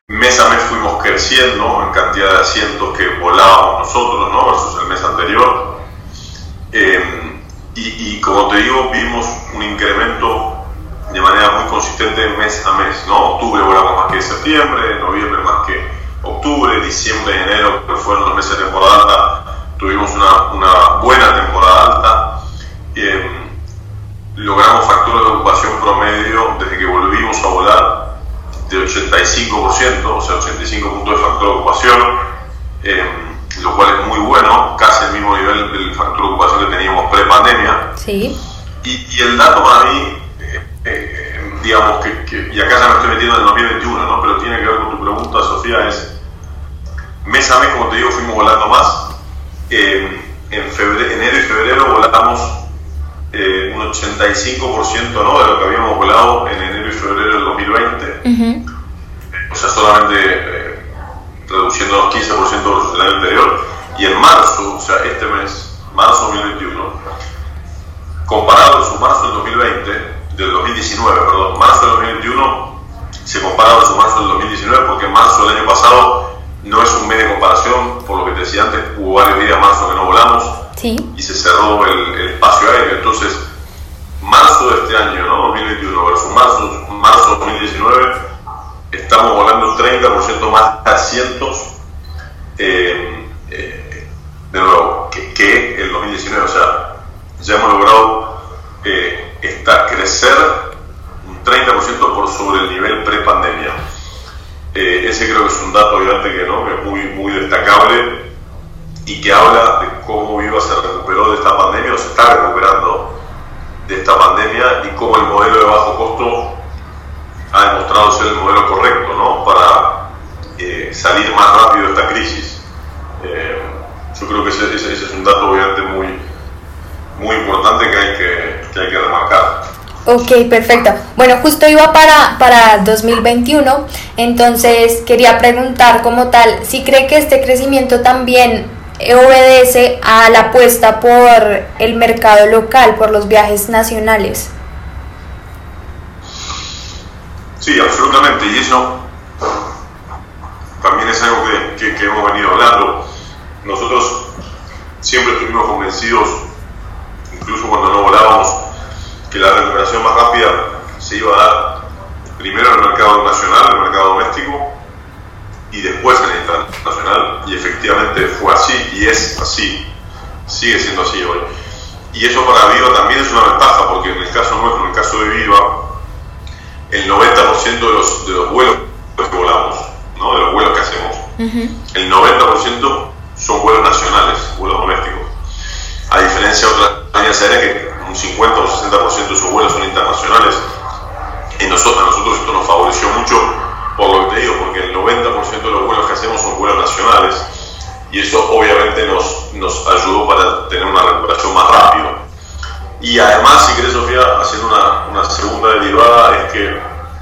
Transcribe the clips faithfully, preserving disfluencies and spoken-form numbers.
mes a mes fuimos creciendo en cantidad de asientos que volábamos nosotros, ¿no? Versus el mes anterior. Eh, y, y como te digo, vimos un incremento de manera muy consistente mes a mes, ¿no? Octubre volamos más que septiembre, noviembre más que octubre, diciembre y enero, que fueron los meses de temporada alta, tuvimos una, una buena temporada alta. Eh, logramos factores de ocupación promedio desde que volvimos a volar de ochenta y cinco por ciento, o sea, ochenta y cinco puntos de factor de ocupación, eh, lo cual es muy bueno, casi el mismo nivel del factor de ocupación que teníamos pre-pandemia. Sí. Y, y el dato para mí, eh, eh, digamos que, que, y acá ya me estoy metiendo en el dos mil veintiuno, ¿no? Pero tiene que ver con tu pregunta, Sofía, es mes a mes, como te digo, fuimos volando más. Eh, en febrero, enero y febrero volamos eh, un ochenta y cinco por ciento, ¿no?, de lo que habíamos volado en enero y febrero del dos mil veinte. Uh-huh. O sea, solamente eh, reduciendo los quince por ciento versus el año anterior. Y en marzo, o sea, este mes, marzo dos mil veintiuno, comparado con su marzo del dos mil veinte, del dos mil diecinueve, perdón, marzo del dos mil veintiuno se compara con su marzo del dos mil diecinueve, porque marzo del año pasado no es un mes de comparación, por lo que te decía antes, hubo varios días de marzo que no volamos. Sí. Y se cerró el, el espacio aéreo. Entonces, marzo de este año, ¿no?, dos mil veintiuno versus marzo, marzo dos mil diecinueve, estamos volando treinta por ciento más de asientos, eh, eh, de nuevo, que, que el dos mil diecinueve. O sea, ya hemos logrado eh, esta, crecer un treinta por ciento por sobre el nivel pre-pandemia. Eh, ese creo que es un dato, obviamente, que, ¿no?, que es muy, muy destacable y que habla de cómo Viva se recuperó de esta pandemia, o se está recuperando de esta pandemia, y cómo el modelo de bajo costo ha demostrado ser el modelo correcto, ¿no?, para eh, salir más rápido de esta crisis. Eh, yo creo que ese, ese, ese es un dato, obviamente, muy, muy importante que hay que, que hay que remarcar. Ok, perfecto. Bueno, justo iba para, para dos mil veintiuno, entonces quería preguntar como tal, si cree que este crecimiento también obedece a la apuesta por el mercado local, por los viajes nacionales. Sí, absolutamente, y eso también es algo que, que, que hemos venido hablando. Nosotros siempre estuvimos convencidos, incluso cuando no volábamos, que la recuperación más rápida se iba a dar primero en el mercado nacional, en el mercado doméstico, y después en el internacional, y efectivamente fue así, y es así, sigue siendo así hoy. Y eso para Viva también es una ventaja, porque en el caso nuestro, en el caso de Viva, el noventa por ciento de los, de los vuelos que volamos, ¿no?, de los vuelos que hacemos, uh-huh, el noventa por ciento son vuelos nacionales, vuelos domésticos, a diferencia de otras líneas aéreas que un cincuenta o sesenta por ciento de sus vuelos son internacionales. Y nosotros, a nosotros esto nos favoreció mucho, por lo que te digo, porque el noventa por ciento de los vuelos que hacemos son vuelos nacionales, y eso obviamente nos, nos ayudó para tener una recuperación más rápida. Y además, si querés, Sofía, haciendo una, una segunda derivada, es que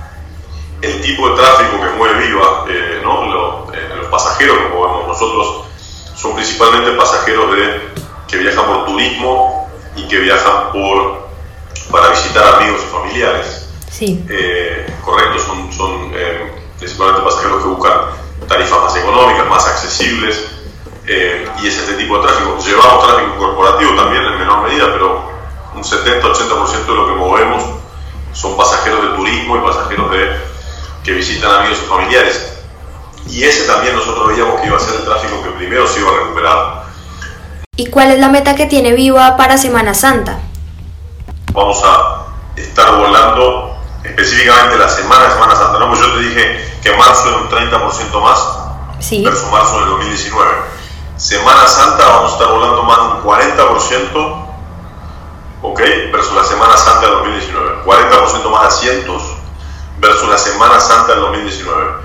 el tipo de tráfico que mueve Viva, eh, ¿no?, Lo, eh, los pasajeros que movemos nosotros, son principalmente pasajeros de, que viajan por turismo y que viajan por, para visitar amigos y familiares. Sí. Eh, correcto, son, son eh, principalmente pasajeros que buscan tarifas más económicas, más accesibles, eh, y es este tipo de tráfico. Llevamos tráfico corporativo también en menor medida, pero un setenta a ochenta por ciento de lo que movemos son pasajeros de turismo y pasajeros de, que visitan amigos y familiares. Y ese también nosotros veíamos que iba a ser el tráfico que primero se iba a recuperar. ¿Y cuál es la meta que tiene Viva para Semana Santa? Vamos a estar volando específicamente la semana de Semana Santa, ¿no? Pues yo te dije que marzo era un treinta por ciento más, sí, versus marzo del dos mil diecinueve. Semana Santa vamos a estar volando más de un cuarenta por ciento, ¿ok?, versus la Semana Santa del dos mil diecinueve. cuarenta por ciento más de asientos versus la Semana Santa del dos mil diecinueve.